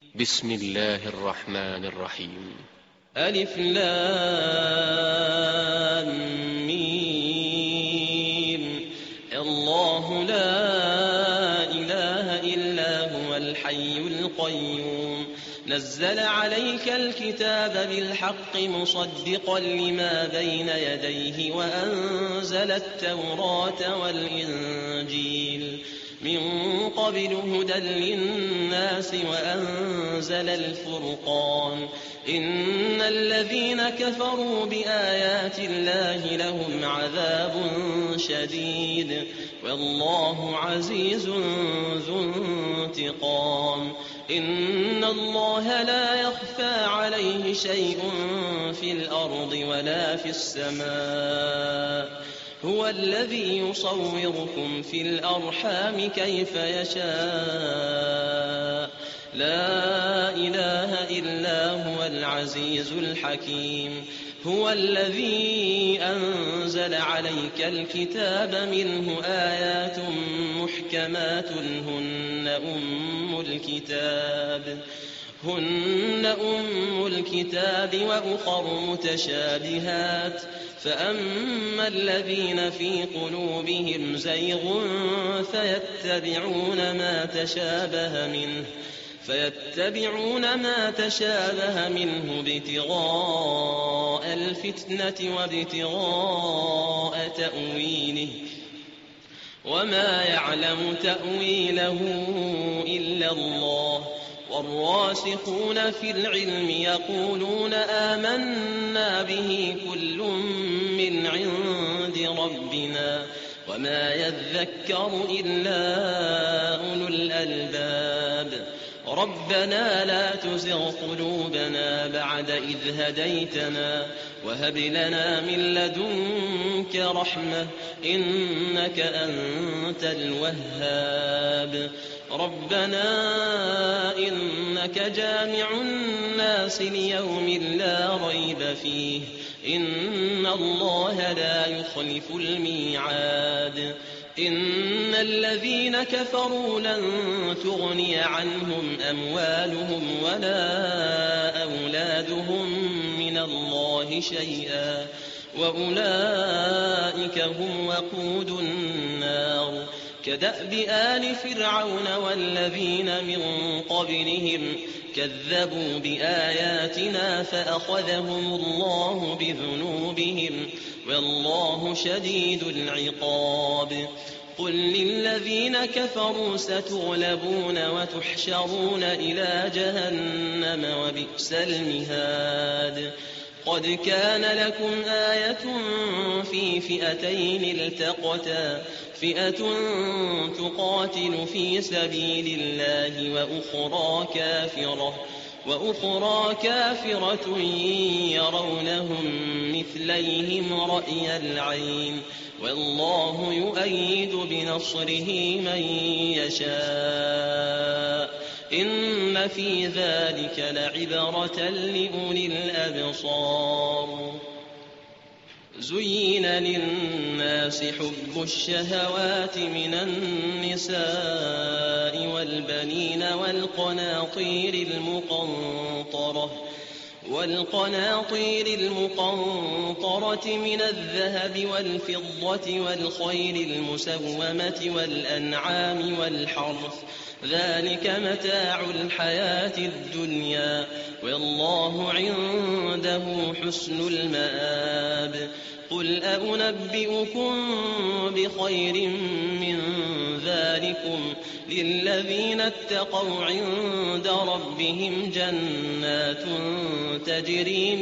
بسم الله الرحمن الرحيم. ألف لام ميم. الله لا إله إلا هو الحي القيوم نزل عليك الكتاب بالحق مصدقا لما بين يديه وأنزل التوراة والإنجيل من قبل هدى للناس وأنزل الفرقان إن الذين كفروا بآيات الله لهم عذاب شديد والله عزيز ذو انتقام إن الله لا يخفى عليه شيء في الأرض ولا في السماء هو الذي يصوركم في الأرحام كيف يشاء لا إله إلا هو العزيز الحكيم هو الذي أنزل عليك الكتاب منه آيات محكمات هن أم الكتاب وأخر متشابهات فأما الذين في قلوبهم زيغ فيتبعون ما تشابه منه ابتغاء الفتنة وابتغاء تأويله وما يعلم تأويله إلا الله والراسخون في العلم يقولون آمنا به كل من عند ربنا وما يذكر إلا أولو الألباب ربنا لا تزغ قلوبنا بعد إذ هديتنا وهب لنا من لدنك رحمة إنك أنت الوهاب ربنا إنك جامع الناس ليوم لا ريب فيه إن الله لا يخلف الميعاد إن الذين كفروا لن تغني عنهم أموالهم ولا أولادهم من الله شيئا وأولئك هم وقود النار كدأب آل فرعون والذين من قبلهم كذبوا بآياتنا فأخذهم الله بذنوبهم والله شديد العقاب قل للذين كفروا ستغلبون وتحشرون إلى جهنم وبئس المهاد قد كان لكم آية في فئتين التقتا فئة تقاتل في سبيل الله وأخرى كافرة يرونهم مثليهم رأي العين والله يؤيد بنصره من يشاء إن في ذلك لعبرة لأولي الأبصار زين للناس حب الشهوات من النساء والبنين والقناطير المقنطرة من الذهب والفضة والخيل المسومة والأنعام والحرث ذلك متاع الحياة الدنيا والله عنده حسن المآب قل أنبئكم بخير من ذلكم للذين اتقوا عند ربهم جنات تجري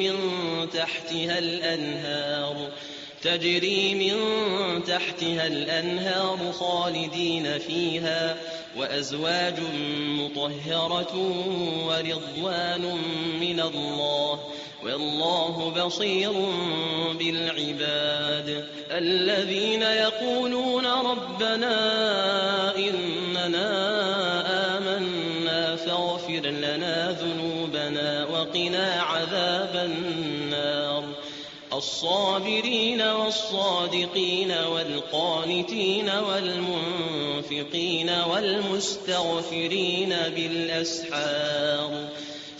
من تحتها الأنهار خالدين فيها وأزواج مطهرة ورضوان من الله والله بصير بالعباد الذين يقولون ربنا إننا آمنا فاغفر لنا ذنوبنا وقنا عذاب النار الصابرين والصادقين والقانتين والمنفقين والمستغفرين بالأسحار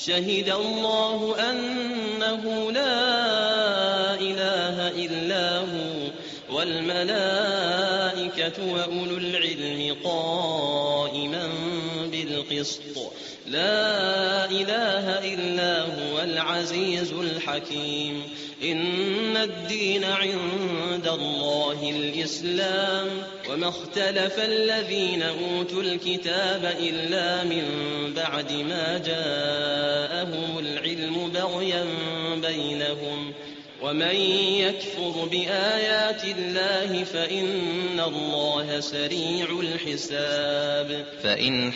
شهد الله أنه لا إله إلا هو والملائكة وأولو العلم قائما بالقسط لا إله إلا هو العزيز الحكيم إن الدين عند الله الإسلام وما اختلف الذين أوتوا الكتاب إلا من بعد ما جاءهم العلم بغيا بينهم ومن يكفر بآيات الله فإن الله سريع الحساب فإن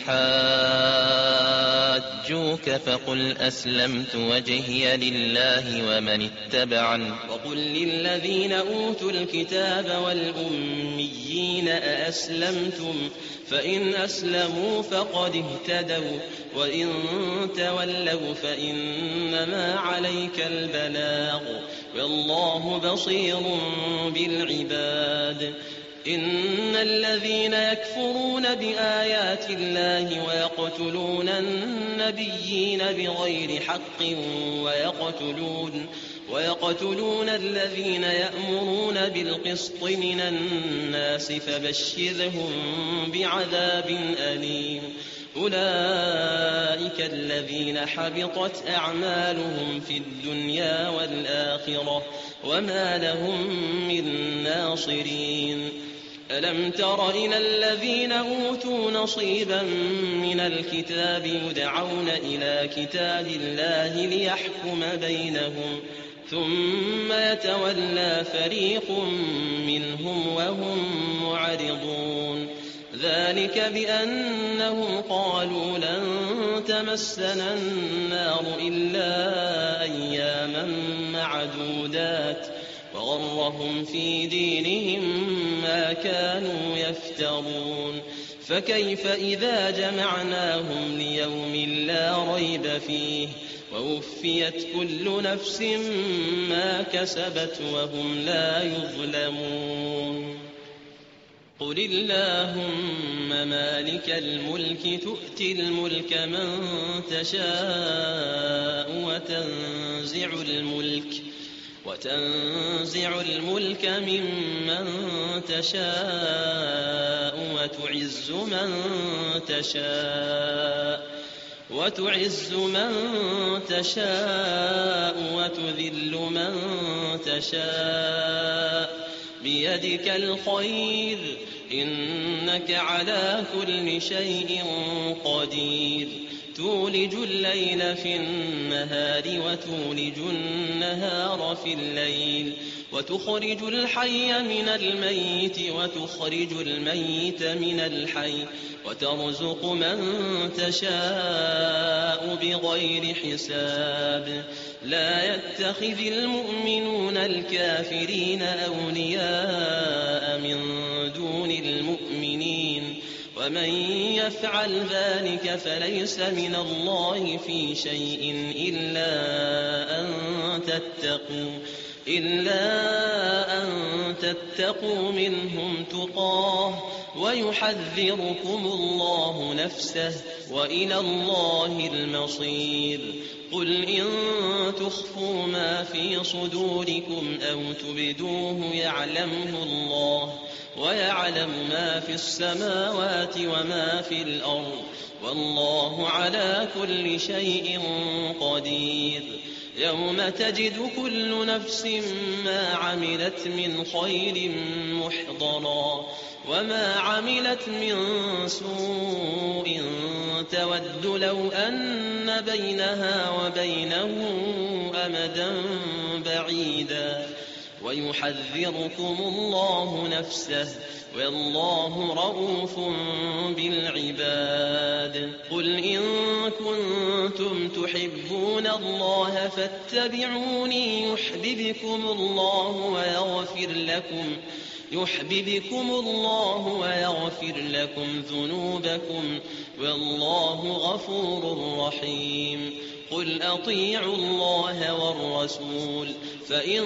حاجوك فقل أسلمت وجهي لله ومن اتبعني وقل للذين أوتوا الكتاب والأميين أأسلمتم فإن أسلموا فقد اهتدوا وإن تولوا فإنما عليك البلاغ والله بصير بالعباد إن الذين يكفرون بآيات الله ويقتلون النبيين بغير حق ويقتلون الذين يأمرون بالقسط من الناس فبشرهم بعذاب أليم أولئك الذين حبطت أعمالهم في الدنيا والآخرة وما لهم من ناصرين ألم تر إلى الذين أوتوا نصيبا من الكتاب يدعون إلى كتاب الله ليحكم بينهم ثم يتولى فريق منهم وهم معرضون ذلك بأنهم قالوا لن تمسنا النار إلا أياما معدودات وغرهم في دينهم ما كانوا يفترون فكيف إذا جمعناهم ليوم لا ريب فيه ووفيت كل نفس ما كسبت وهم لا يظلمون قل اللهم مالك الملك تؤتي الملك من تشاء وتنزع الملك ممن تشاء وتعز من تشاء وتذل من تشاء بيدك الخير إنك على كل شيء قدير تولج الليل في النهار وتولج النهار في الليل وتخرج الحي من الميت وتخرج الميت من الحي وترزق من تشاء بغير حساب لا يتخذ المؤمنون الكافرين أولياء من دون المؤمنين ومن يفعل ذلك فليس من الله في شيء إلا أن تتقوا منهم تقاه ويحذركم الله نفسه وإلى الله المصير قل إن تخفوا ما في صدوركم أو تبدوه يعلمه الله ويعلم ما في السماوات وما في الأرض والله على كل شيء قدير يوم تجد كل نفس ما عملت من خير محضرا وما عملت من سوء تود لو أن بينها وبينه أمدا بعيدا ويحذركم الله نفسه والله رؤوف بالعباد قل إن كنتم تحبون الله فاتبعوني يحببكم الله ويغفر لكم ذنوبكم والله غفور رحيم قل أطيعوا الله والرسول فإن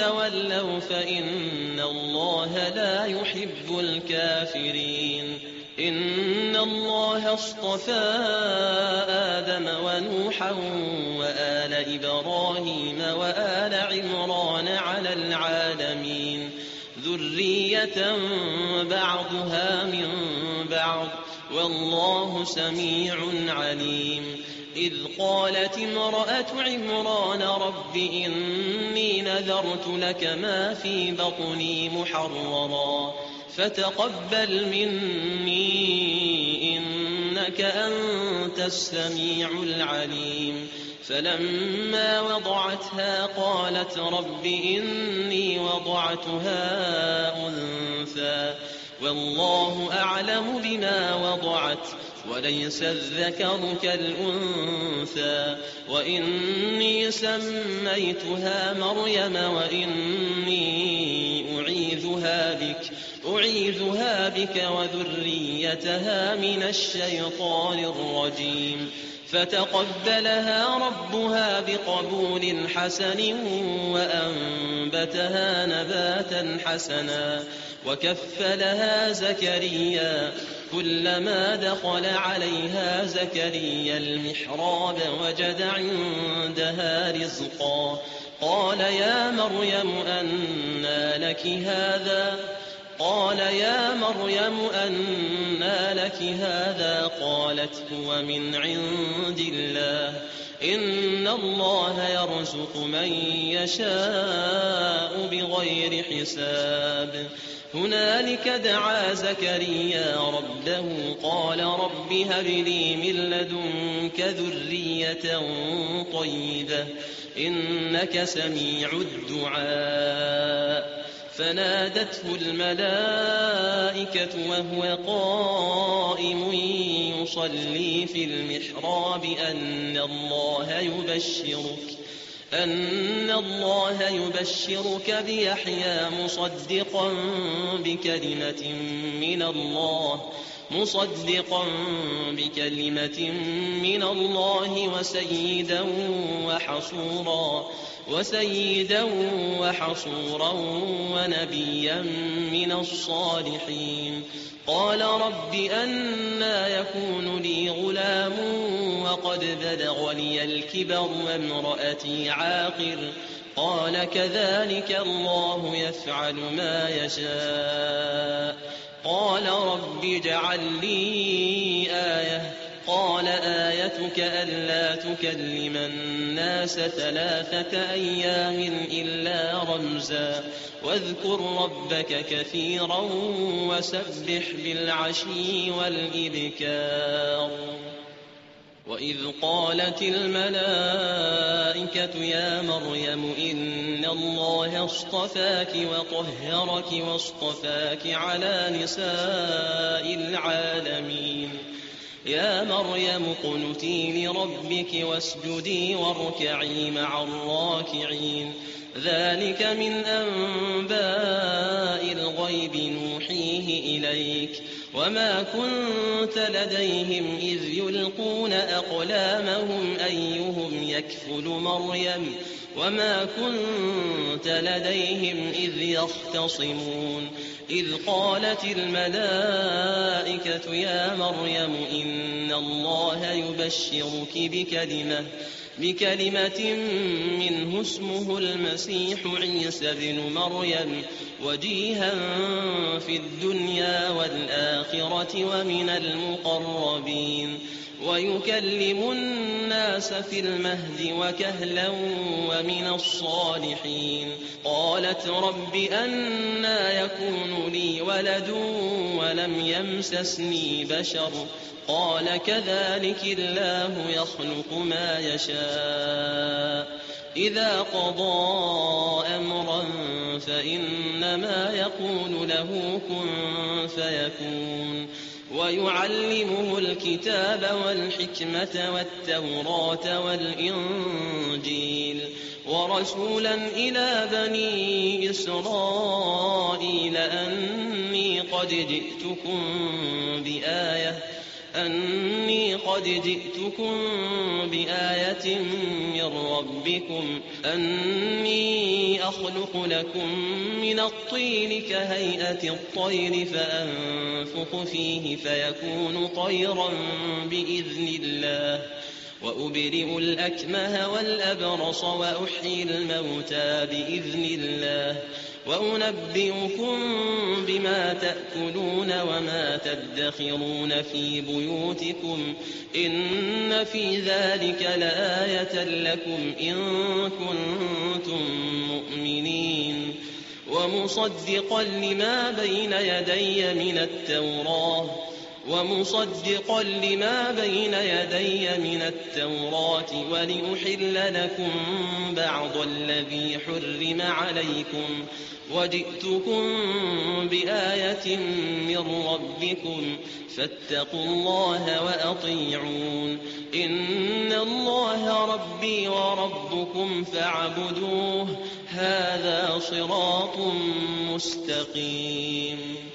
تولوا فإن الله لا يحب الكافرين إن الله اصطفى آدم ونوحا وآل إبراهيم وآل عمران على العالمين ذرية بعضها من بعض والله سميع عليم إذ قالت امرأة عمران رب إني نذرت لك ما في بطني محررا فتقبل مني إنك أنت السميع العليم فلما وضعتها قالت رب إني وضعتها أنثى والله أعلم بما وضعت وليس الذكر كالأنثى وإني سميتها مريم وإني أعيذها بك وذريتها من الشيطان الرجيم فتقبلها ربها بقبول حسن وأنبتها نباتا حسنا وكفلها زكريا كلما دخل عليها زكريا المحراب وجد عندها رزقا قال يا مريم أنى لك هذا قالت هو من عند الله إن الله يرزق من يشاء بغير حساب هنالك دعا زكريا ربه قال رب هب لي من لدنك ذرية طيبة إنك سميع الدعاء فنادته الملائكة وهو قائم يصلي في المحراب أن الله يبشرك بيحيى مصدقا بكلمة من الله وسيدا وحصورا ونبيا من الصالحين قال رب أنى يكون لي غلام وقد بلغني الكبر وامرأتي عاقر قال كذلك الله يفعل ما يشاء قال رب اجعل لي آية قال آيتك ألا تكلم الناس 3 أيام إلا رمزا واذكر ربك كثيرا وسبح بالعشي والإبكار وإذ قالت الملائكة يا مريم إن الله اصطفاك وطهرك واصطفاك على نساء العالمين يا مريم اقنتي لربك واسجدي واركعي مع الراكعين ذلك من أنباء الغيب نوحيه إليك وما كنت لديهم إذ يلقون أقلامهم أيهم يكفل مريم وما كنت لديهم إذ يختصمون إذ قالت الملائكة يا مريم إن الله يبشرك بكلمة منه اسمه المسيح عيسى بن مريم وجيها في الدنيا والآخرة ومن المقربين ويكلم الناس في المهد وكهلا ومن الصالحين قالت رب أنى يكون لي ولد ولم يمسسني بشر قال كذلك الله يخلق ما يشاء إذا قضى أمرا فإنما يقول له كن فيكون ويعلمه الكتاب والحكمة والتوراة والإنجيل ورسولا إلى بني إسرائيل أني قد جئتكم أني قد جئتكم بآية من ربكم أني أخلق لكم من الطين كهيئة الطير فأنفخ فيه فيكون طيرا بإذن الله وأبرئ الأكمه والأبرص وأحيي الموتى بإذن الله وأنبئكم بما تأكلون وما تدخرون في بيوتكم إن في ذلك لآية لكم إن كنتم مؤمنين ومصدقا لما بين يدي من التوراة ولأحل لكم بعض الذي حرم عليكم وجئتكم بآية من ربكم فاتقوا الله وأطيعون إن الله ربي وربكم فاعبدوه هذا صراط مستقيم.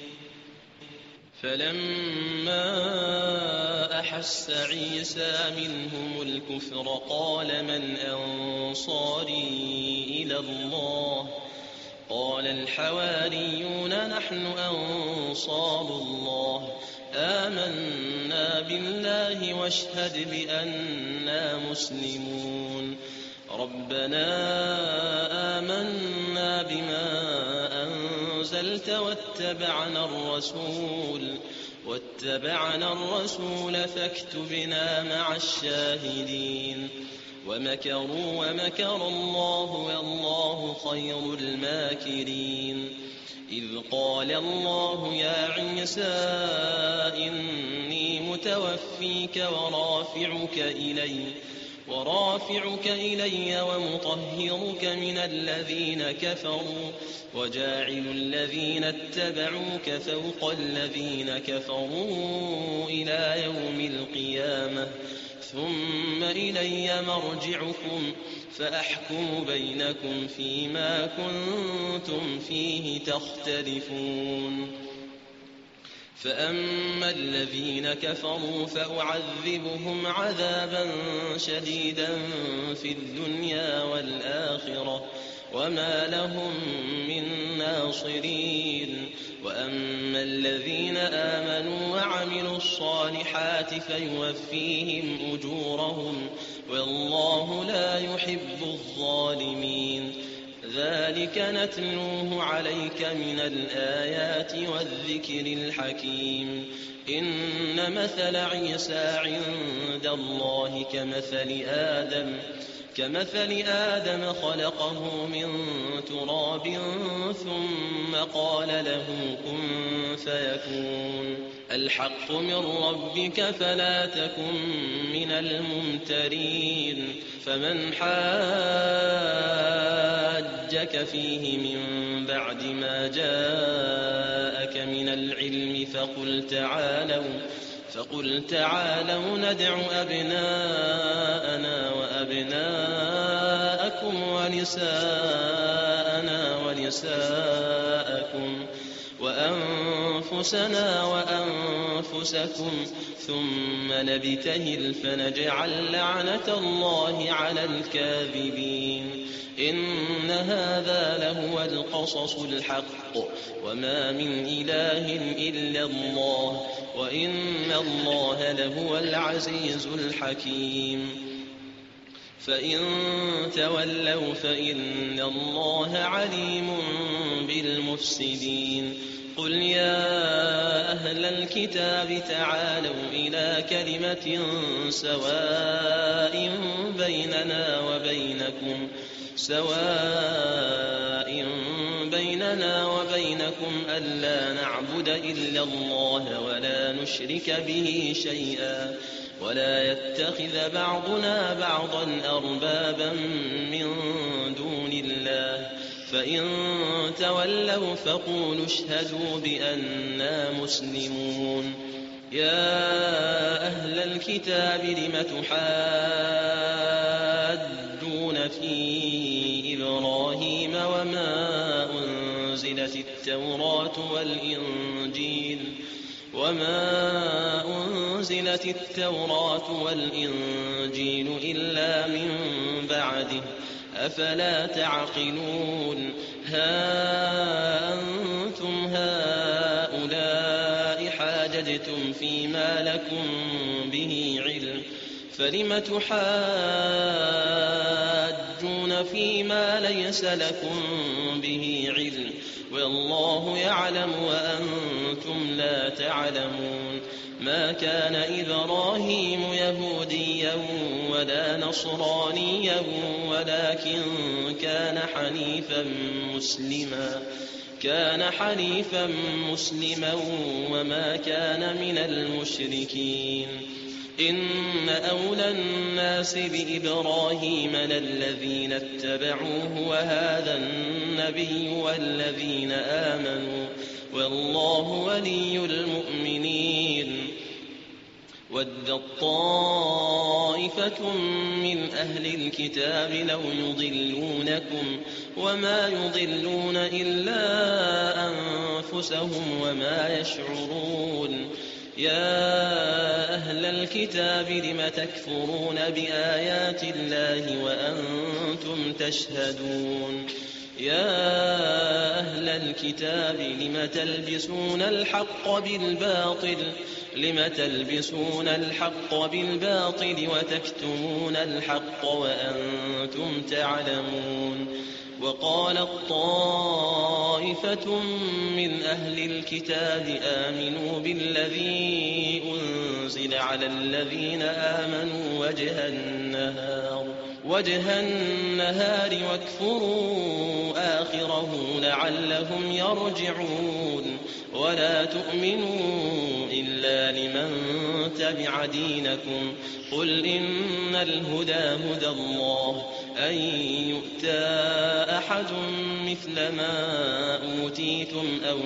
فلما أحس عيسى منهم الكفر قال من أنصاري إلى الله قال الحواريون نحن أنصار الله آمنا بالله واشهد بأننا مسلمون ربنا آمنا بما أنزلت واتبعنا الرسول فاكتبنا مع الشاهدين ومكروا ومكر الله والله خير الماكرين إذ قال الله يا عيسى إني متوفيك ورافعك إلي ومطهرك من الذين كفروا وجاعل الذين اتبعوك فوق الذين كفروا إلى يوم القيامة ثم إلي مرجعكم فأحكم بينكم فيما كنتم فيه تختلفون فأما الذين كفروا فأعذبهم عذابا شديدا في الدنيا والآخرة وما لهم من ناصرين وأما الذين آمنوا وعملوا الصالحات فيوفيهم أجورهم والله لا يحب الظالمين ذلك نتلوه عليك من الآيات والذكر الحكيم إن مثل عيسى عند الله كمثل آدم خلقه من تراب ثم قال له كن فيكون الحق من ربك فلا تكن من الممترين فمن حاجك فيه من بعد ما جاءك من العلم فقل تعالوا ندع أبناءنا وأبناءكم ونساءنا ونساءكم وأنفسنا وأنفسكم ثم نبتهل فنجعل لعنة الله على الكاذبين إن هذا لهو القصص الحق وما من إله إلا الله وإن الله لهو العزيز الحكيم فإن تولوا فإن الله عليم بالمفسدين قل يا أهل الكتاب تعالوا إلى كلمة سواء بيننا وبينكم ألا نعبد إلا الله ولا نشرك به شيئا ولا يتخذ بعضنا بعضا أربابا من دون الله فإن تولوا فقولوا اشهدوا بأننا مسلمون يا أهل الكتاب لم تحاجون في إبراهيم وما أنزلت أنزلت التوراة والإنجيل إلا من بعده أفلا تعقلون ها أنتم هؤلاء حاججتم فيما لكم به علم فلم تحاجون فيما ليس لكم به علم والله يعلم وأنتم لا تعلمون ما كان إبراهيم يهوديا ولا نصرانيا ولكن كان حنيفا مسلما وما كان من المشركين إن أولى الناس بإبراهيم للذين اتبعوه وهذا النبي والذين آمنوا والله ولي المؤمنين ودت طائفة من أهل الكتاب لو يضلونكم وما يضلون إلا أنفسهم وما يشعرون يا أهل الكتاب لم تكفرون بآيات الله وأنتم تشهدون يا أهل الكتاب لم تلبسون الحق بالباطل وتكتمون الحق وأنتم تعلمون وقالت طائفة من أهل الكتاب آمنوا بالذي أنزل على الذين آمنوا وجه النهار واكفروا آخره لعلهم يرجعون ولا تؤمنوا إلا لمن تبع دينكم قل إن الهدى هدى الله أن يؤتى أحد مثل ما أوتيتم أو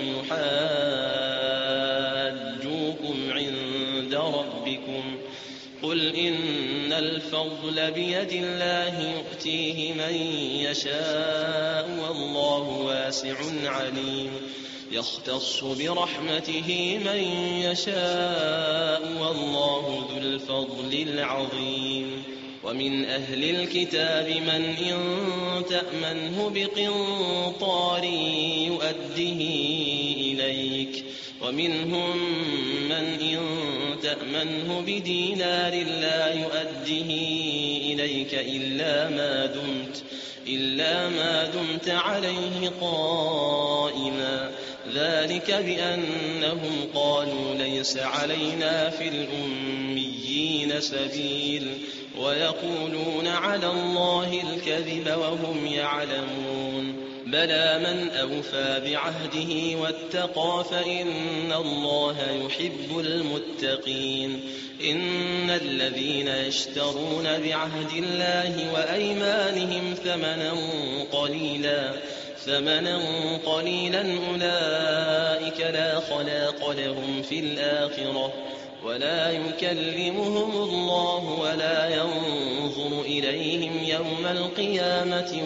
يحاجوكم عند ربكم قل إن الفضل بيد الله يؤتيه من يشاء والله واسع عليم يختص برحمته من يشاء والله ذو الفضل العظيم ومن أهل الكتاب من إن تأمنه بقنطار يؤده إليك ومنهم من إن تأمنه بدينار لا يؤده إليك إلا ما دمت عليه قائما ذلك بأنهم قالوا ليس علينا في الأميين سبيل ويقولون على الله الكذب وهم يعلمون بلى من أوفى بعهده واتقى فإن الله يحب المتقين إن الذين يشترون بعهد الله وأيمانهم ثمنا قليلا أولئك لا خلاق لهم في الآخرة ولا يكلمهم الله ولا ينظر إليهم يوم القيامة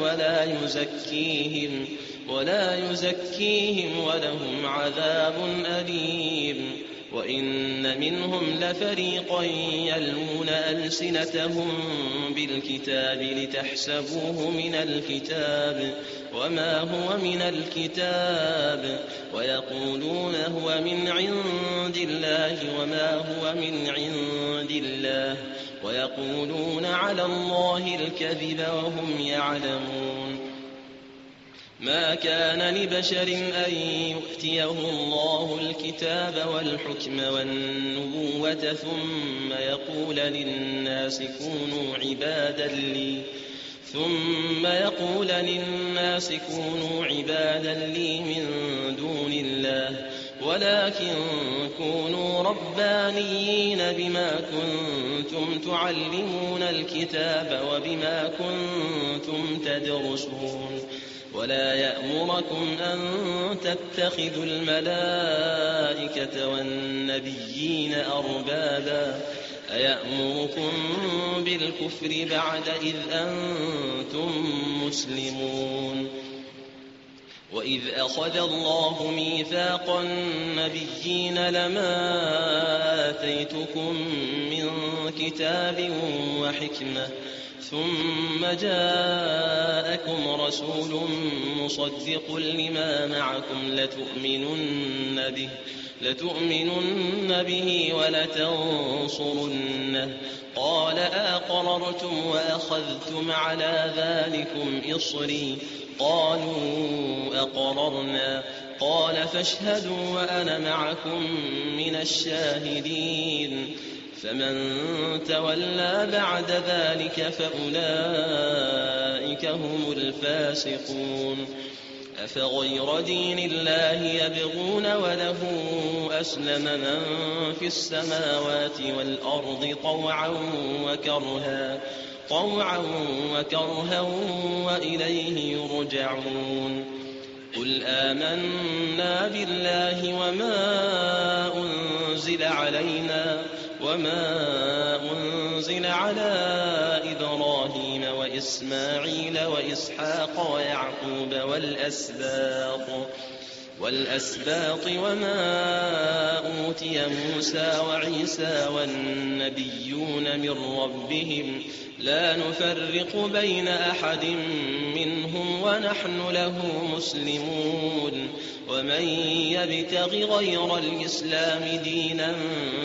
ولا يزكيهم ولهم عذاب أليم وإن منهم لفريقا يلوون ألسنتهم بالكتاب لتحسبوه من الكتاب وما هو من الكتاب ويقولون هو من عند الله وما هو من عند الله ويقولون على الله الكذب وهم يعلمون ما كان لبشر أن يؤتيه الله الكتاب والحكم والنبوة ثم يقول للناس كونوا عبادا لي من دون الله ولكن كونوا ربانيين بما كنتم تعلمون الكتاب وبما كنتم تدرسون ولا يأمركم أن تتخذوا الملائكة والنبيين أربابا أيأمركم بالكفر بعد إذ أنتم مسلمون وإذ أخذ الله ميثاق النبيين لما آتيتكم من كتاب وحكمة ثم جاءكم رسول مصدق لما معكم لتؤمنن به ولتنصرنه قال أقررتم وأخذتم على ذلكم إصري قالوا أقررنا قال فاشهدوا وأنا معكم من الشاهدين فمن تولى بعد ذلك فأولئك هم الفاسقون أفغير دين الله يبغون وله أسلم من في السماوات والأرض طوعا وكرها وإليه يرجعون قل آمنا بالله وما أنزل على إبراهيم وإسماعيل وإسحاق ويعقوب والأسباط وما أوتي موسى وعيسى والنبيون من ربهم لا نفرق بين أحد منهم ونحن له مسلمون ومن يبتغ غير الإسلام دينا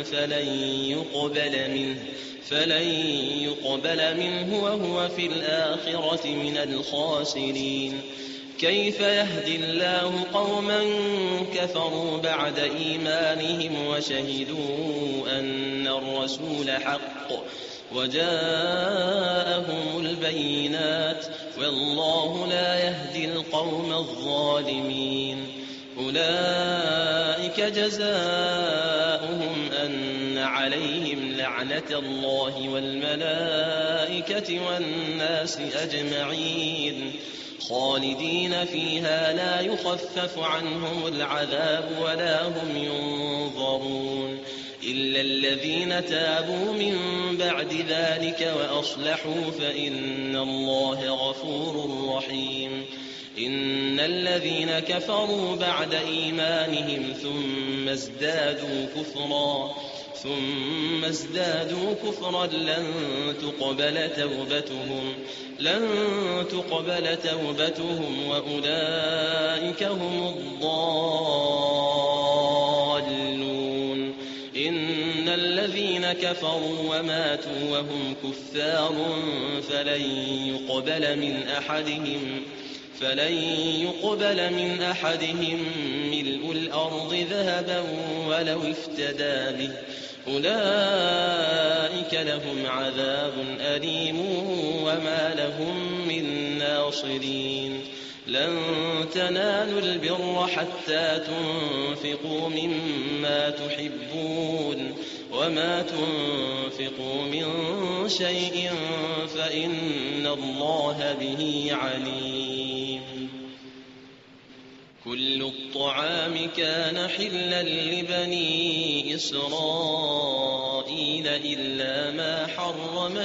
فلن يقبل منه وهو في الآخرة من الخاسرين كيف يهدي الله قوما كفروا بعد إيمانهم وشهدوا أن الرسول حق وجاءهم البينات والله لا يهدي القوم الظالمين أولئك جزاؤهم أن عليهم لعنة الله والملائكة والناس أجمعين خالدين فيها لا يخفف عنهم العذاب ولا هم ينظرون إلا الذين تابوا من بعد ذلك وأصلحوا فإن الله غفور رحيم إن الذين كفروا بعد إيمانهم ثم ازدادوا كفرا لن تقبل توبتهم وأولئك هم الضالون إن الذين كفروا وماتوا وهم كفار فلن يقبل من أحدهم ملء الأرض ذهبا ولو افتدى به أولئك لهم عذاب أليم وما لهم من ناصرين لن تنالوا البر حتى تنفقوا مما تحبون وما تنفقوا من شيء فإن الله به عليم كل الطعام كان حلا لبني إسرائيل إلا ما حرم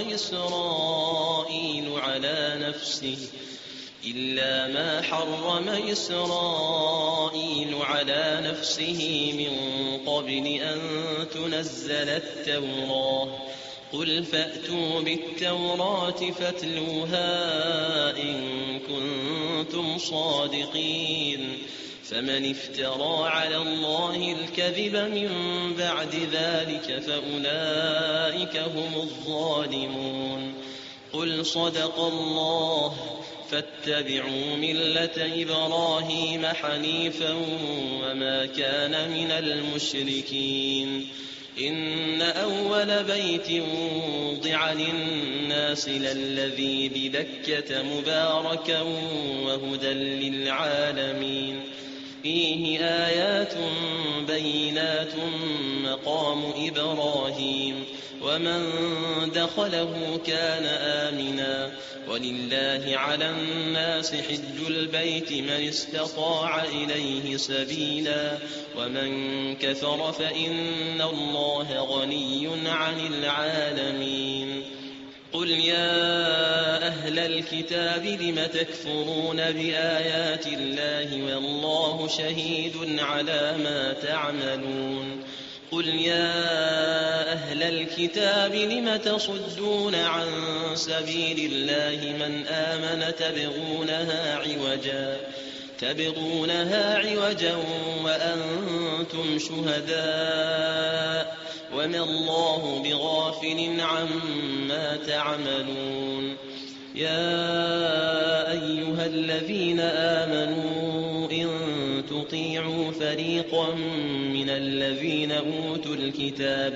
إسرائيل على نفسه من قبل أن تنزل التوراة قل فأتوا بالتوراة فاتلوها إن كنتم صادقين فمن افترى على الله الكذب من بعد ذلك فأولئك هم الظالمون قل صدق الله فاتبعوا ملة إبراهيم حنيفا وما كان من المشركين إن أول بيت وضع للناس للذي ببكة مباركا وهدى للعالمين فيه آيات بينات مقام إبراهيم ومن دخله كان آمنا ولله على الناس حج البيت من استطاع إليه سبيلا ومن كفر فإن الله غني عن العالمين قل يا أهل الكتاب لم تكفرون بآيات الله والله شهيد على ما تعملون قل يا أهل الكتاب لم تصدون عن سبيل الله من آمن تبغونها عوجا وأنتم شهداء وما الله بغافل عما تعملون يا أيها الذين آمنوا إن تطيعوا فريقا من الذين أوتوا الكتاب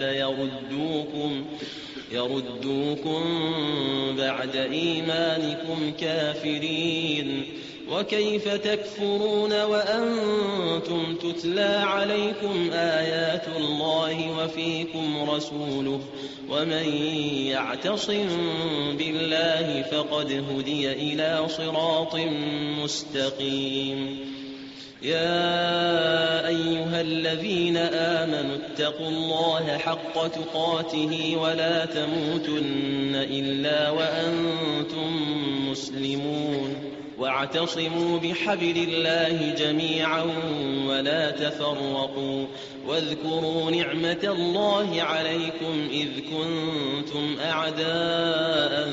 يردوكم بعد إيمانكم كافرين وكيف تكفرون وأنتم تتلى عليكم آيات الله وفيكم رسوله ومن يعتصم بالله فقد هدي إلى صراط مستقيم يا أيها الذين آمنوا اتقوا الله حق تقاته ولا تموتن إلا وأنتم مسلمون واعتصموا بحبل الله جميعا ولا تفرقوا واذكروا نعمة الله عليكم إذ كنتم أعداء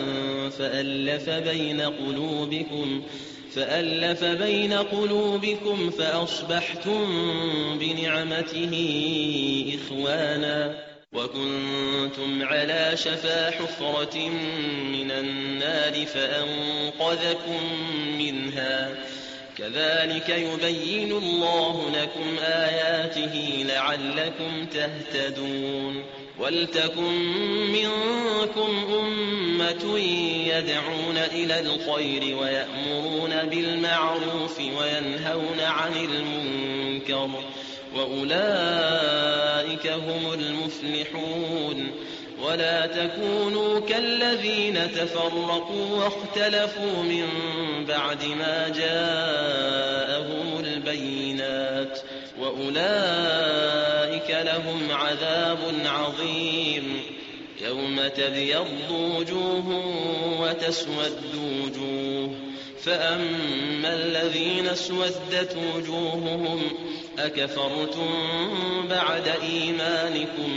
فألف بين قلوبكم فأصبحتم بنعمته إخوانا وكنتم على شفا حفرة من النار فأنقذكم منها كذلك يبين الله لكم آياته لعلكم تهتدون ولتكن منكم أمة يدعون إلى الخير ويأمرون بالمعروف وينهون عن المنكر وأولئك هم المفلحون ولا تكونوا كالذين تفرقوا واختلفوا من بعد ما جاءهم البينات وأولئك لهم عذاب عظيم يوم تبيض وجوه وتسود وجوه فأما الذين اسودت وجوههم أكفرتم بعد إيمانكم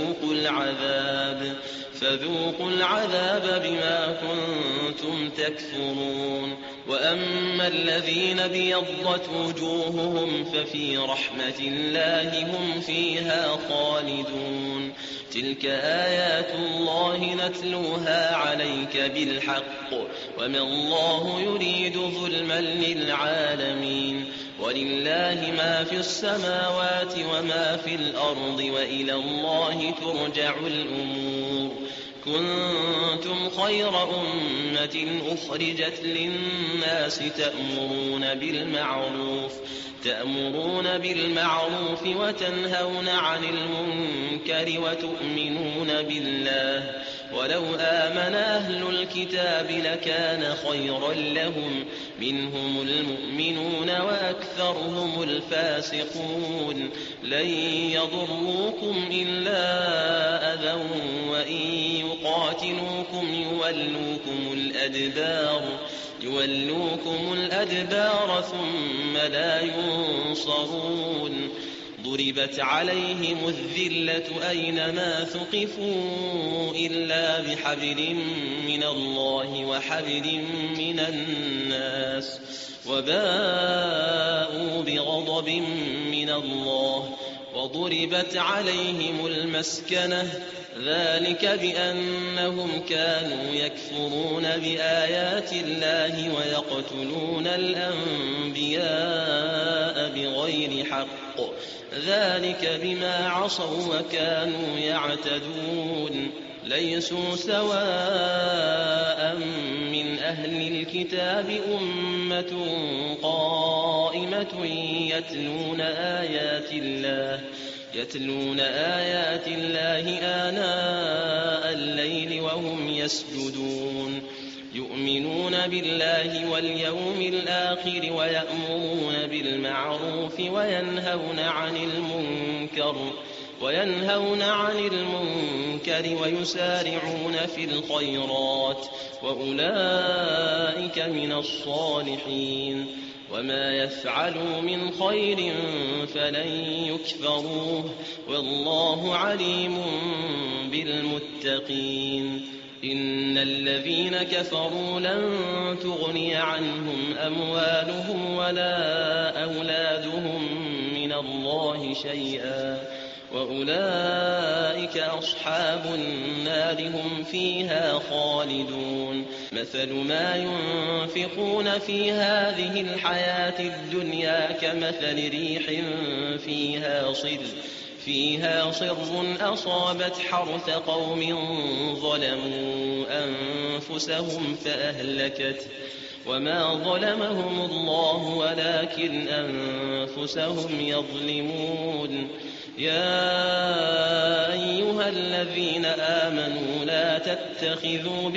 فذوقوا العذاب بما كنتم تكفرون وأما الذين ابيضت وجوههم ففي رحمة الله هم فيها خالدون تلك آيات الله نتلوها عليك بالحق وما الله يريد ظلما للعالمين ولله ما في السماوات وما في الأرض وإلى الله ترجع الأمور كنتم خير أمة أخرجت للناس تأمرون بالمعروف وتنهون عن المنكر وتؤمنون بالله ولو آمن أهل الكتاب لكان خيرا لهم منهم المؤمنون وأكثرهم الفاسقون لن يضروكم إلا أذى وإن يقاتلوكم يولوكم الأدبار ثم لا ينصرون ضربت عليهم الذلة أينما ثقفوا إلا بحبل من الله وحبل من الناس وباءوا بغضب من الله وضربت عليهم المسكنة ذلك بأنهم كانوا يكفرون بآيات الله ويقتلون الأنبياء بغير حق ذلك بما عصوا وكانوا يعتدون ليسوا سواء من أهل الكتاب أمة قائمة يتلون آيات الله آناء الليل وهم يسجدون يؤمنون بالله واليوم الآخر ويأمرون بالمعروف وينهون عن المنكر وينهون عن المنكر ويسارعون في الخيرات وأولئك من الصالحين وما يفعلوا من خير فلن يكفروه والله عليم بالمتقين إن الذين كفروا لن تغني عنهم أموالهم ولا أولادهم من الله شيئا وأولئك أصحاب النار هم فيها خالدون مثل ما ينفقون في هذه الحياة الدنيا كمثل ريح فيها صر أصابت حرث قوم ظلموا أنفسهم فأهلكت وما ظلمهم الله ولكن أنفسهم يظلمون يا أيها الذين آمنوا لا تتخذوا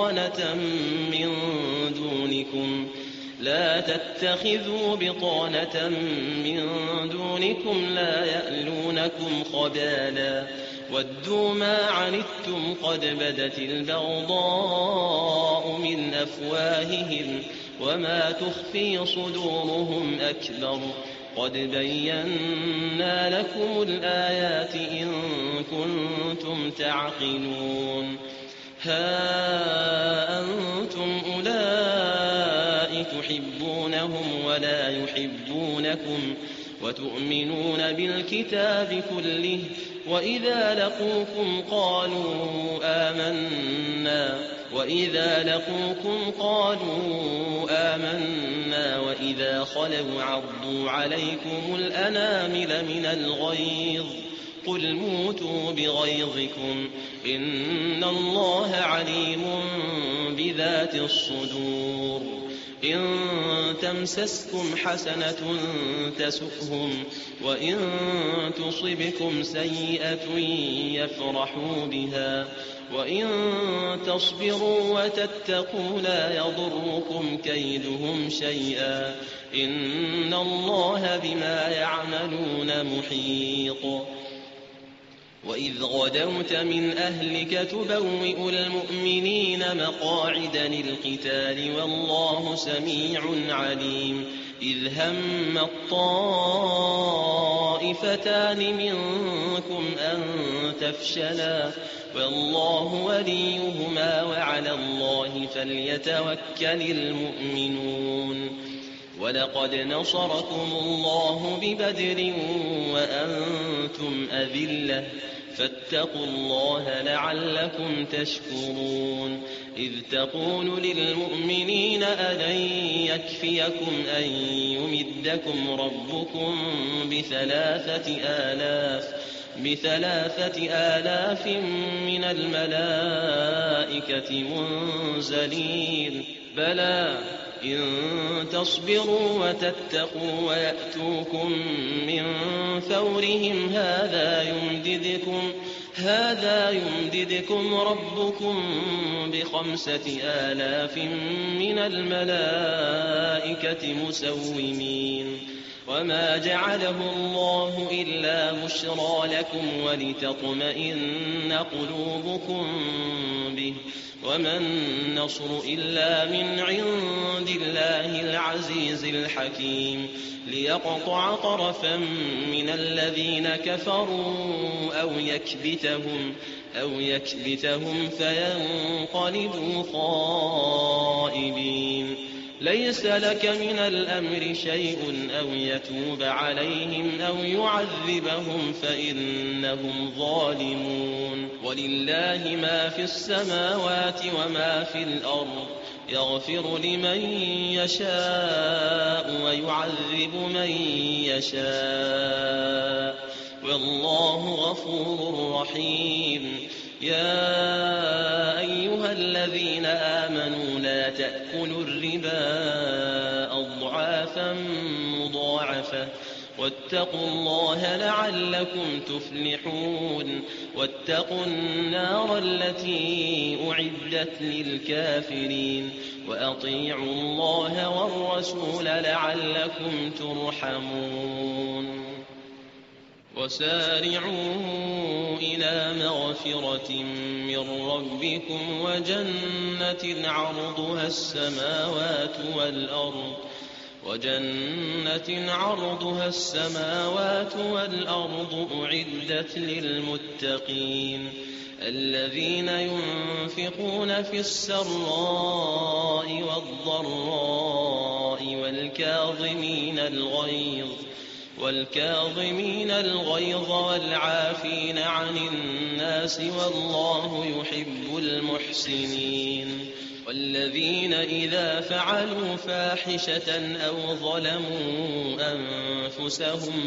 بطانة من دونكم لا يألونكم خبالا ودوا ما عنتم قد بدت البغضاء من أفواههم وما تخفي صدورهم أكبر قد بينا لكم الآيات إن كنتم تعقلون ها أنتم أولئك تحبونهم ولا يحبونكم وتؤمنون بالكتاب كله وإذا لقوكم قالوا آمنا وإذا خلوا عضوا عليكم الأنامل من الغيظ قل موتوا بغيظكم إن الله عليم بذات الصدور إن تمسسكم حسنة تسؤهم وإن تصبكم سيئة يفرحوا بها وإن تصبروا وتتقوا لا يضركم كيدهم شيئا إن الله بما يعملون محيط وإذ غدوت من أهلك تبوئ المؤمنين مقاعد للقتال والله سميع عليم إذ هم الطائفتان منكم أن تفشلا والله وليهما وعلى الله فليتوكل المؤمنون ولقد نصركم الله ببدر وأنتم أذلة فاتقوا الله لعلكم تشكرون إذ تقول للمؤمنين ألن يكفيكم أن يمدكم ربكم بثلاثة آلاف من الملائكة منزلين بلى إن تصبروا وتتقوا ويأتوكم من فورهم هذا يمددكم ربكم ب5,000 من الملائكة مسومين وما جعله الله إلا بشرى لكم ولتطمئن قلوبكم به وما النصر إلا من عند الله العزيز الحكيم ليقطع طرفا من الذين كفروا أو يكبتهم فينقلبوا خائبين ليس لك من الأمر شيء أو يتوب عليهم أو يعذبهم فإنهم ظالمون ولله ما في السماوات وما في الأرض يغفر لمن يشاء ويعذب من يشاء والله غفور رحيم يا أيها الذين آمنوا لا تأكلوا الربا أضعافا مضاعفة واتقوا الله لعلكم تفلحون واتقوا النار التي أعدت للكافرين وأطيعوا الله والرسول لعلكم ترحمون وسارعوا إلى مغفرة من ربكم وجنة عرضها السماوات والأرض أعدت للمتقين الذين ينفقون في السراء والضراء والكاظمين الغيظ والعافين عن الناس والله يحب المحسنين والذين إذا فعلوا فاحشة أو ظلموا أنفسهم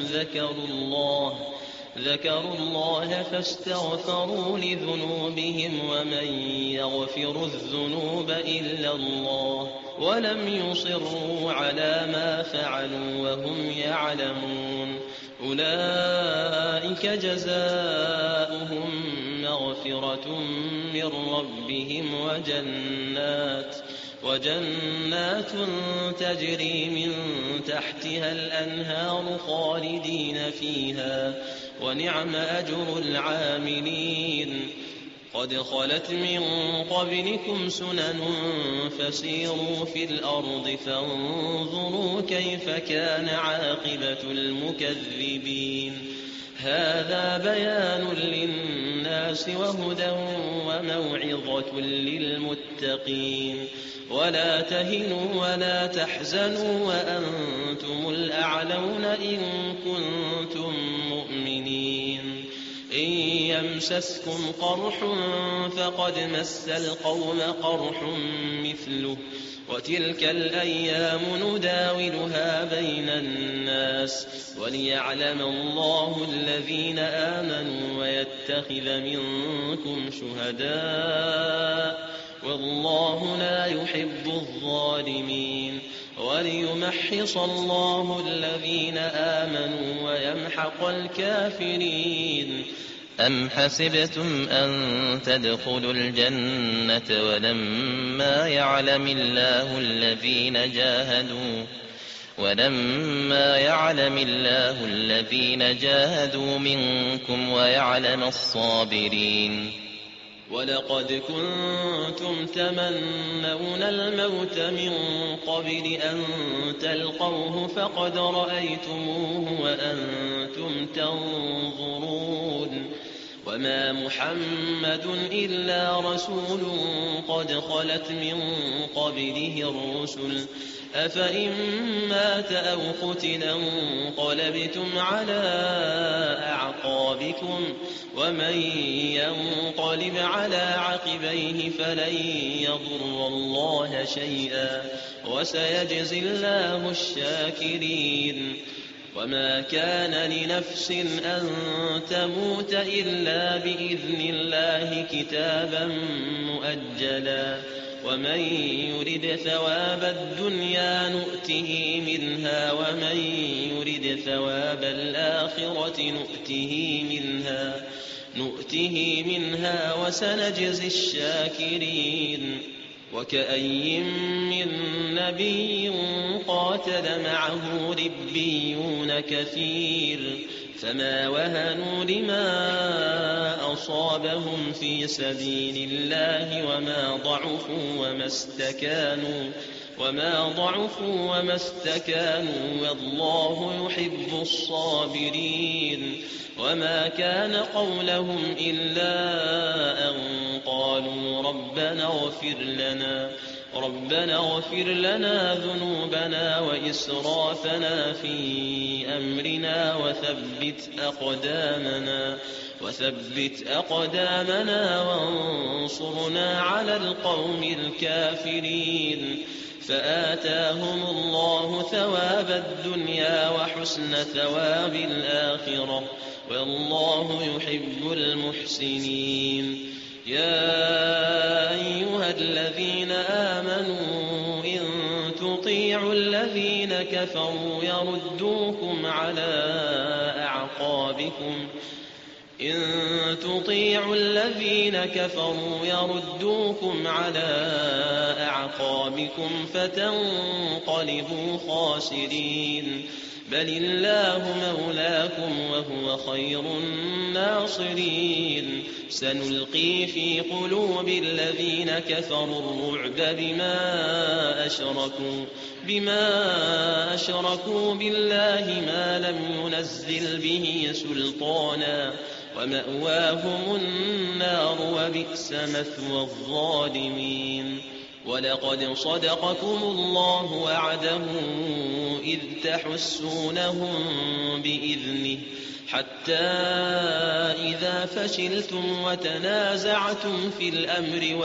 ذكروا الله فاستغفروا لذنوبهم ومن يغفر الذنوب إلا الله ولم يصروا على ما فعلوا وهم يعلمون أولئك جزاؤهم مغفرة من ربهم وجنات تجري من تحتها الأنهار خالدين فيها ونعم أجر العاملين قد خلت من قبلكم سنن فسيروا في الأرض فانظروا كيف كان عاقبة المكذبين هذا بيان للناس وهدى وموعظة للمتقين ولا تهنوا ولا تحزنوا وأنتم الأعلون إن كنتم مؤمنين إن يمسسكم قرح فقد مس القوم قرح مثله وتلك الأيام نداولها بين الناس وليعلم الله الذين آمنوا ويتخذ منكم شهداء والله لا يحب الظالمين وليمحص الله الذين آمنوا ويمحق الكافرين أم حسبتم أن تدخلوا الجنة ولما يعلم الله الذين جاهدوا منكم ويعلم الصابرين ولقد كنتم تمنون الموت من قبل أن تلقوه فقد رأيتموه وأنتم تنظرون وما محمد إلا رسول قد خلت من قبله الرسل أفإن مات أو قتل انقلبتم على أعقابكم ومن ينقلب على عقبيه فلن يضر الله شيئا وسيجزي الله الشاكرين وما كان لنفس أن تموت إلا بإذن الله كتابا مؤجلا ومن يرد ثواب الدنيا نؤته منها ومن يرد ثواب الآخرة نؤته منها وسنجزي الشاكرين وكأي من نبي قاتل معه ربيون كثير فما وهنوا لما أصابهم في سبيل الله وما ضعفوا وما استكانوا والله يحب الصابرين وما كان قولهم إلا أن قالوا ربنا اغفر لنا ذنوبنا وإسرافنا في أمرنا وثبت أقدامنا وانصرنا على القوم الكافرين فآتاهم الله ثواب الدنيا وحسن ثواب الآخرة والله يحب المحسنين يا أيها الذين آمنوا إن تطيعوا الذين كفروا يردوكم على أعقابكم فتنقلبوا خاسرين بل الله مولاكم وهو خير الناصرين سنلقي في قلوب الذين كفروا الرعب بما أشركوا بالله ما لم ينزل به سلطانا ومأواهم النار وبئس مثوى الظالمين ولقد صدقكم الله وعده إذ تحسونهم بإذنه حتى إذا فشلتم وتنازعتم في الأمر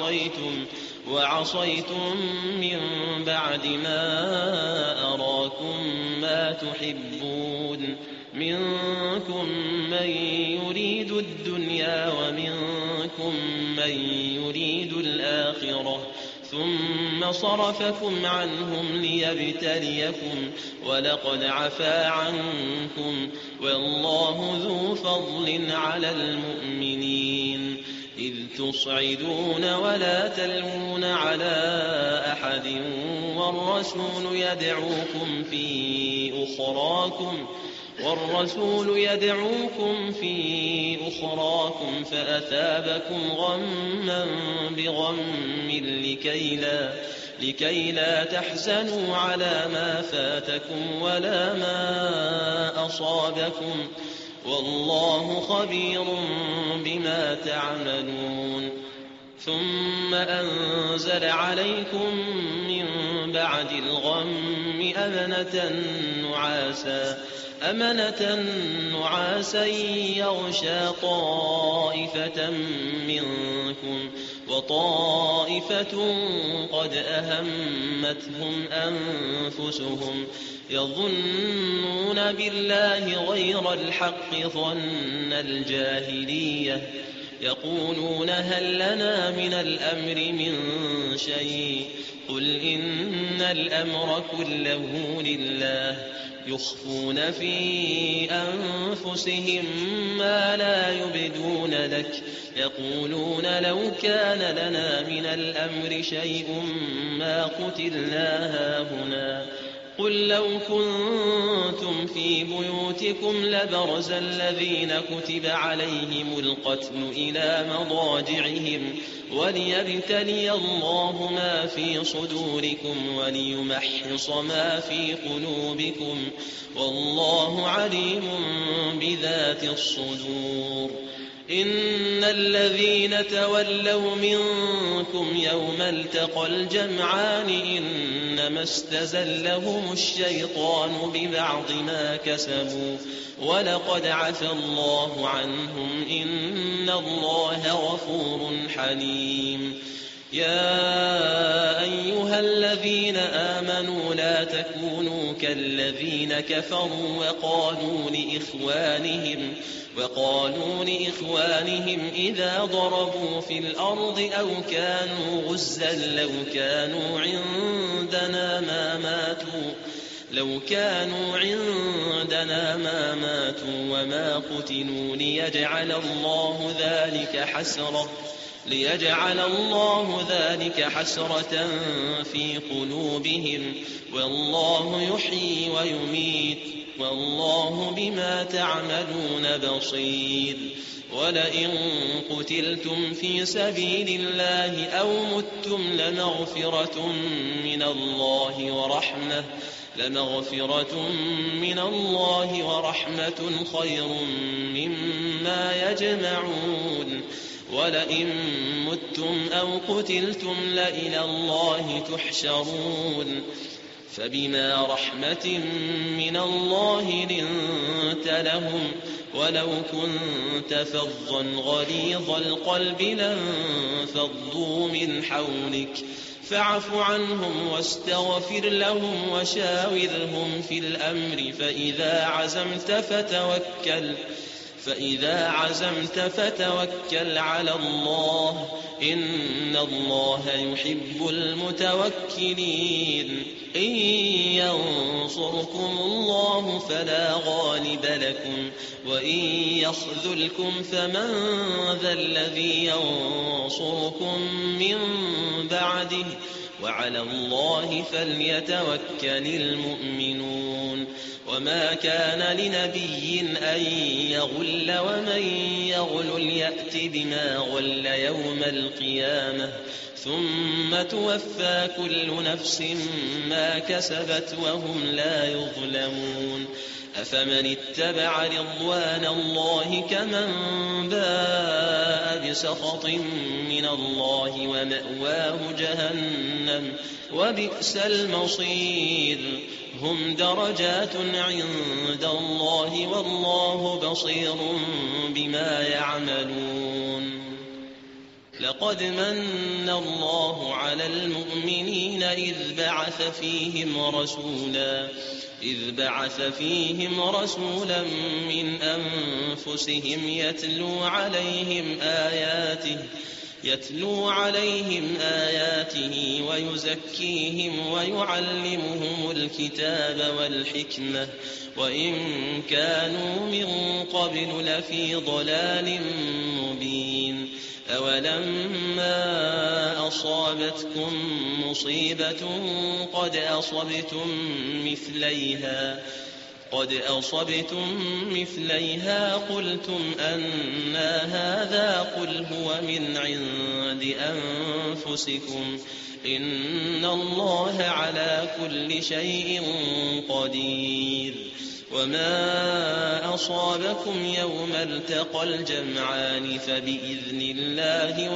وعصيتم من بعد ما أراكم ما تحبون منكم من يريد الدنيا ومنكم من يريد الآخرة ثم صرفكم عنهم ليبتليكم ولقد عفا عنكم والله ذو فضل على المؤمنين إذ تصعدون ولا تلوون على أحد والرسول يدعوكم في أخراكم فأثابكم غما بغم لكي لا تحزنوا على ما فاتكم ولا ما أصابكم والله خبير بما تعملون ثم أنزل عليكم من بعد الغم أمنة نعاسا يغشى طائفة منكم وطائفة قد أهمتهم أنفسهم يظنون بالله غير الحق ظن الجاهلية يقولون هل لنا من الأمر من شيء قل إن الأمر كله لله يخفون في أنفسهم ما لا يبدون لك يقولون لو كان لنا من الأمر شيء ما قتلنا هاهنا قل لو كنتم في بيوتكم لبرز الذين كتب عليهم القتل إلى مضاجعهم وليبتلي الله ما في صدوركم وليمحص ما في قلوبكم والله عليم بذات الصدور إن الذين تولوا منكم يوم التقى الجمعان إنما استزلهم الشيطان ببعض ما كسبوا ولقد عفى الله عنهم إن الله غفور حليم يا أيها الذين آمنوا لا تكونوا كالذين كفروا وقالوا لإخوانهم إذا ضربوا في الأرض أو كانوا غزا لو كانوا عندنا ما ماتوا وما قتلوا ليجعل الله ذلك حسرة في قلوبهم والله يحيي ويميت والله بما تعملون بصير ولئن قتلتم في سبيل الله أو متم لمغفرة من الله ورحمة خير مما يجمعون ولئن متم أو قتلتم لإلى الله تحشرون فبما رحمة من الله لنت لهم ولو كنت فظا غليظ القلب لانفضوا من حولك فاعف عنهم واستغفر لهم وشاورهم في الأمر فإذا عزمت فتوكل على الله إن الله يحب المتوكلين إن ينصركم الله فلا غالب لكم وإن يخذلكم فمن ذا الذي ينصركم من بعده وعلى الله فليتوكل المؤمنون وما كان لنبي أن يغل ومن يغل يأت بما غل يوم القيامة ثم توفى كل نفس ما كسبت وهم لا يظلمون أفمن اتبع رضوان الله كمن باء بسخط من الله ومأواه جهنم وبئس المصير هم درجات عند الله والله بصير بما يعملون لقد من الله على المؤمنين إذ بعث فيهم رسولا من أنفسهم يتلو عليهم آياته ويزكيهم ويعلمهم الكتاب والحكمة وإن كانوا من قبل لفي ضلال مبين أولما أصابتكم مصيبة قد أصبتم مثليها قلتم أنى هذا قل هو من عند أنفسكم إن الله على كل شيء قدير وما أصابكم يوم التقى الجمعان فبإذن الله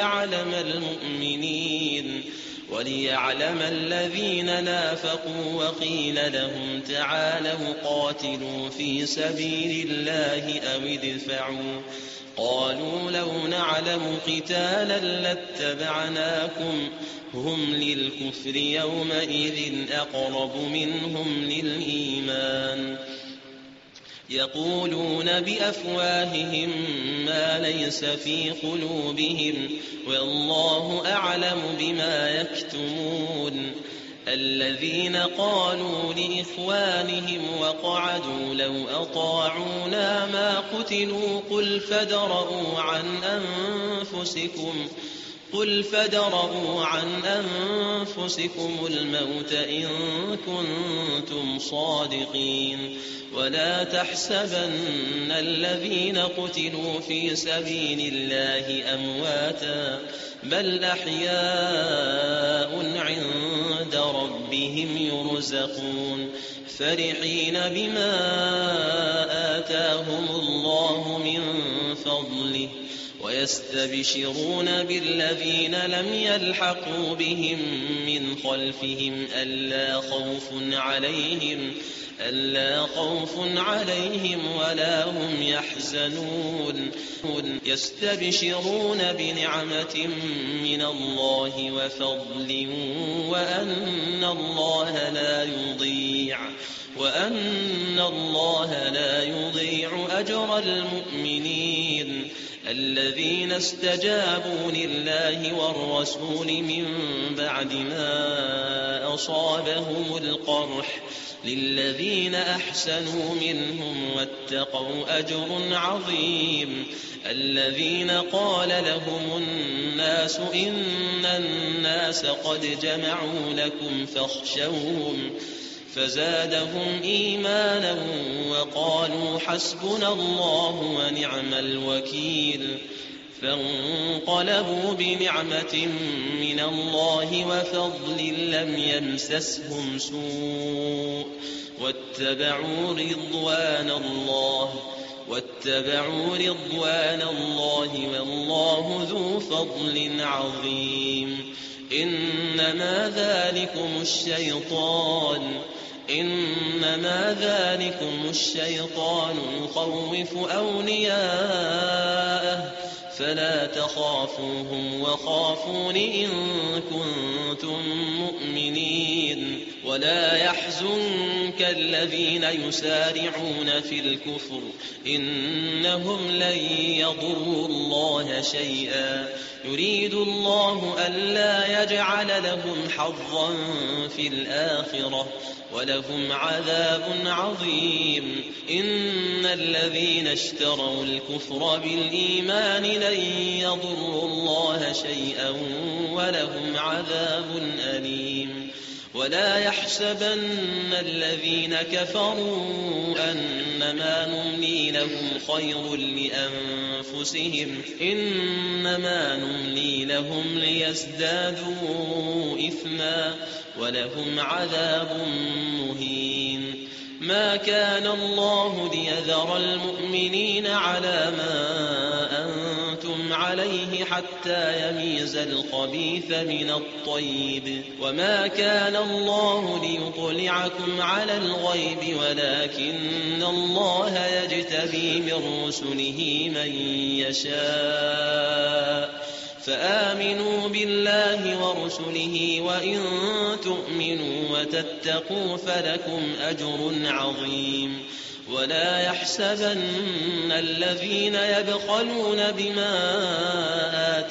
وليعلم الذين نافقوا وقيل لهم تعالوا قاتلوا في سبيل الله أو ادفعوا قالوا لو نعلم قتالا لاتبعناكم هم للكفر يومئذ أقرب منهم للإيمان يقولون بأفواههم ما ليس في قلوبهم والله أعلم بما يكتمون الذين قالوا لإخوانهم وقعدوا لو أطاعونا ما قتلوا قل فادرءوا عن أنفسكم الموت إن كنتم صادقين ولا تحسبن الذين قتلوا في سبيل الله أمواتا بل أحياء عند ربهم يرزقون فرحين بما آتاهم الله من فضله ويستبشرون بالذين لم يلحقوا بهم من خلفهم ألا خوف عليهم ولا هم يحزنون يستبشرون بنعمة من الله وفضل وأن الله لا يضيع أجر المؤمنين الذين استجابوا لله والرسول من بعد ما أصابهم القرح للذين أحسنوا منهم واتقوا أجر عظيم الذين قال لهم الناس إن الناس قد جمعوا لكم فاخشوهم فزادهم إيمانا وقالوا حسبنا الله ونعم الوكيل فانقلبوا بنعمة من الله وفضل لم يمسسهم سوء واتبعوا رضوان الله والله ذو فضل عظيم إنما ذلكم الشيطان يخوف أولياءه فلا تخافوهم وخافون إن كنتم مؤمنين ولا يحزنك الذين يسارعون في الكفر إنهم لن يضروا الله شيئا يريد الله ألا يجعل لهم حظا في الآخرة ولهم عذاب عظيم إن الذين اشتروا الكفر بالإيمان لن يضروا الله شيئا ولهم عذاب أليم ولا يحسبن الذين كفروا أنما نملي لهم خير لأنفسهم إنما نملي لهم ليزدادوا إثما ولهم عذاب مهين ما كان الله ليذر المؤمنين على ما أنتم عليه حتى يميز الخبيث من الطيب وما كان الله ليطلعكم على الغيب ولكن الله يجتبي من رسله من يشاء فآمنوا بالله ورسله وإن تؤمنوا وتتقوا فلكم أجر عظيم ولا يحسبن الذين يبخلون بما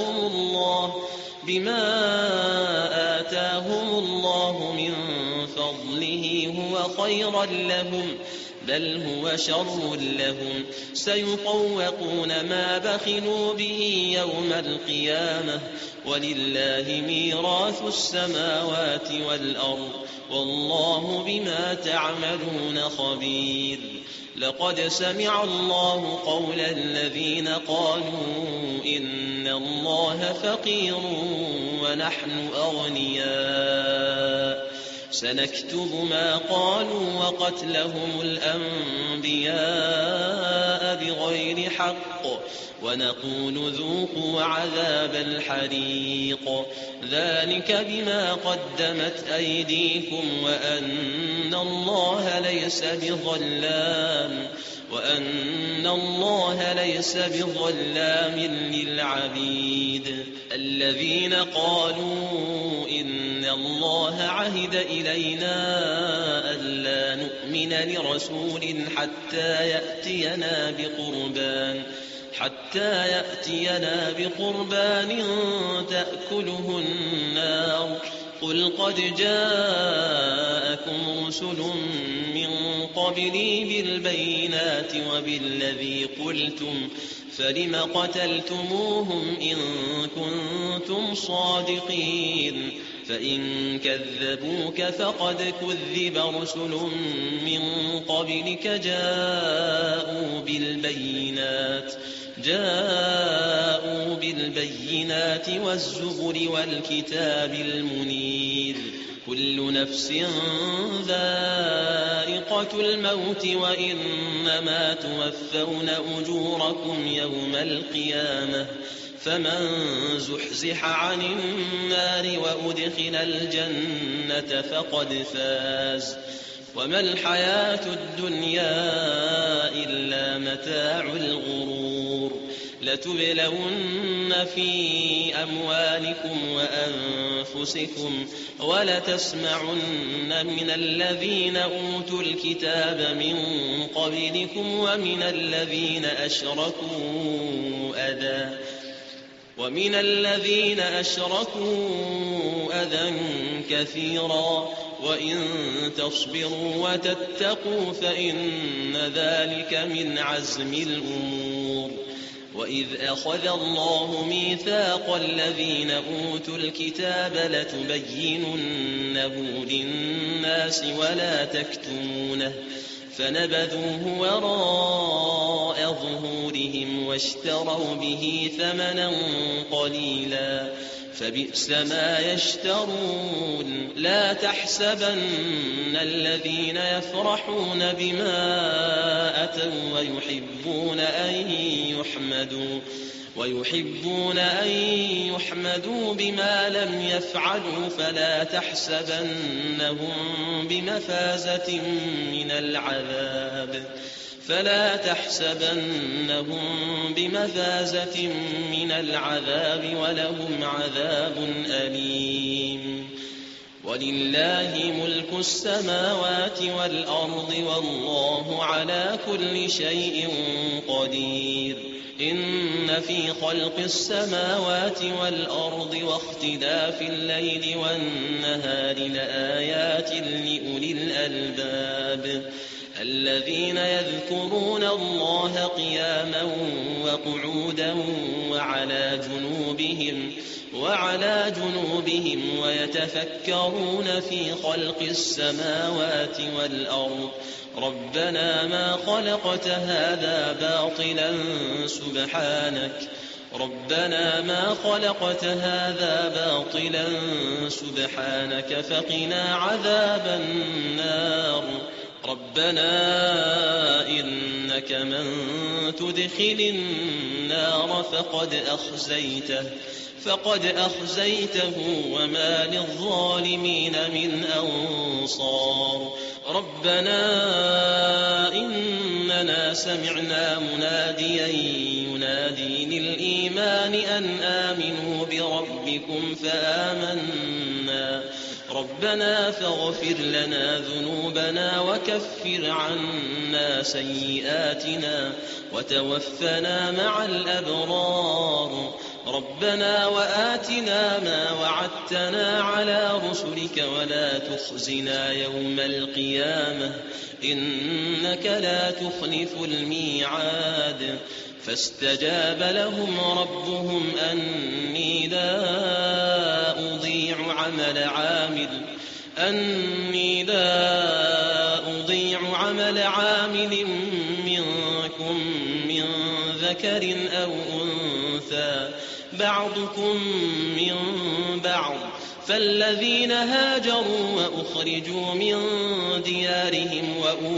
آتاهم الله من فضله هو خيرا لهم بل هو شر لهم سيطوقون ما بخلوا به يوم القيامة ولله ميراث السماوات والأرض والله بما تعملون خبير لقد سمع الله قول الذين قالوا إن الله فقير ونحن أغنياء سنكتب ما قالوا وقتلهم الأنبياء بغير حق ونقول ذوقوا عذاب الحريق ذلك بما قدمت أيديكم وأن الله ليس بظلام للعبيد الذين قالوا إن الله عهد إلينا ألا نؤمن لرسول حتى يأتينا بقربان تأكله النار قل قد جاءكم رسل من قبلي بالبينات وبالذي قلتم فلم قتلتموهم إن كنتم صادقين فإن كذبوك فقد كذب رسل من قبلك جاءوا بالبينات والزبر والكتاب المنير كل نفس ذائقة الموت وإنما توفون أجوركم يوم القيامة فمن زحزح عن النار وأدخل الجنة فقد فاز وما الحياة الدنيا إلا متاع الغرور لتبلون في أموالكم وأنفسكم ولتسمعن من الذين أوتوا الكتاب من قبلكم ومن الذين أشركوا أذى كثيرا وإن تصبروا وتتقوا فإن ذلك من عزم الأمور وإذ أخذ الله ميثاق الذين أوتوا الكتاب لتبيننه للناس ولا تكتمونه فنبذوه وراء ظهورهم واشتروا به ثمنا قليلا فبئس ما يشترون لا تحسبن الذين يفرحون بما أتوا ويحبون أن يحمدوا بما لم يفعلوا فلا تحسبنهم بمفازة من العذاب ولهم عذاب أليم ولله ملك السماوات والأرض والله على كل شيء قدير إن في خلق السماوات والأرض واختلاف الليل والنهار لآيات لأولي الألباب الذين يذكرون الله قياما وقعودا وعلى جنوبهم ويتفكرون في خلق السماوات والأرض ربنا ما خلقت هذا باطلا سبحانك فقنا عذاب النار ربنا إنك من تدخل النار فقد أخزيته وما للظالمين من أنصار ربنا إننا سمعنا مناديا ينادي للإيمان أن آمنوا بربكم فآمنا ربنا فاغفر لنا ذنوبنا وكفر عنا سيئاتنا وتوفنا مع الأبرار ربنا وآتنا ما وعدتنا على رسلك ولا تخزنا يوم القيامة إنك لا تخلف الميعاد فاستجاب لهم ربهم أني لا أضيع عمل عامل منكم من ذكر أو أنثى بعضكم من بعض فالذين هاجروا وأخرجوا من ديارهم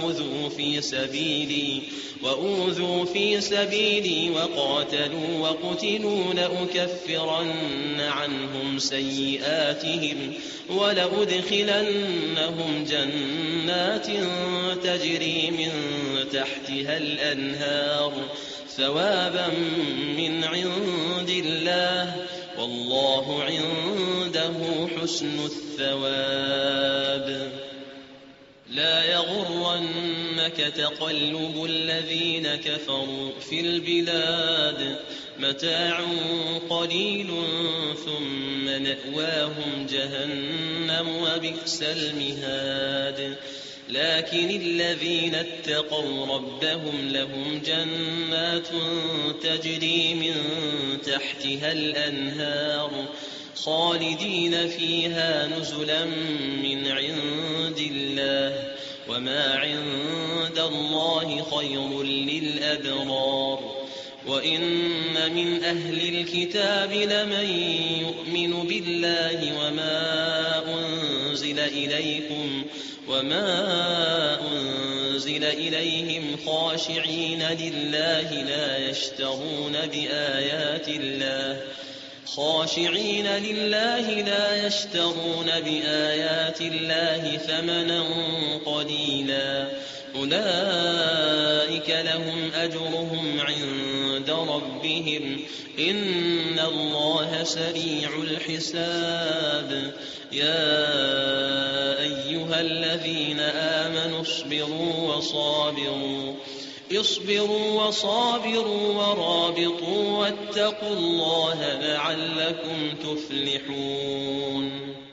وأوذوا في سبيلي وقاتلوا وقتلوا لأكفرن عنهم سيئاتهم ولأدخلنهم جنات تجري من تحتها الأنهار ثوابا من عند الله والله عنده حسن الثواب لا يغرنك تقلب الذين كفروا في البلاد متاع قليل ثم مأواهم جهنم وبئس المهاد لكن الذين اتقوا ربهم لهم جنات تجري من تحتها الأنهار خالدين فيها نزلا من عند الله وما عند الله خير للأبرار وإن من أهل الكتاب لمن يؤمن بالله وما أنزل إليهم خاشعين لله لا يشترون بآيات الله ثمنا قليلا أولئك لهم أجرهم عند ربهم إن الله سريع الحساب يا أيها الذين آمنوا اصبروا وصابروا ورابطوا واتقوا الله لعلكم تفلحون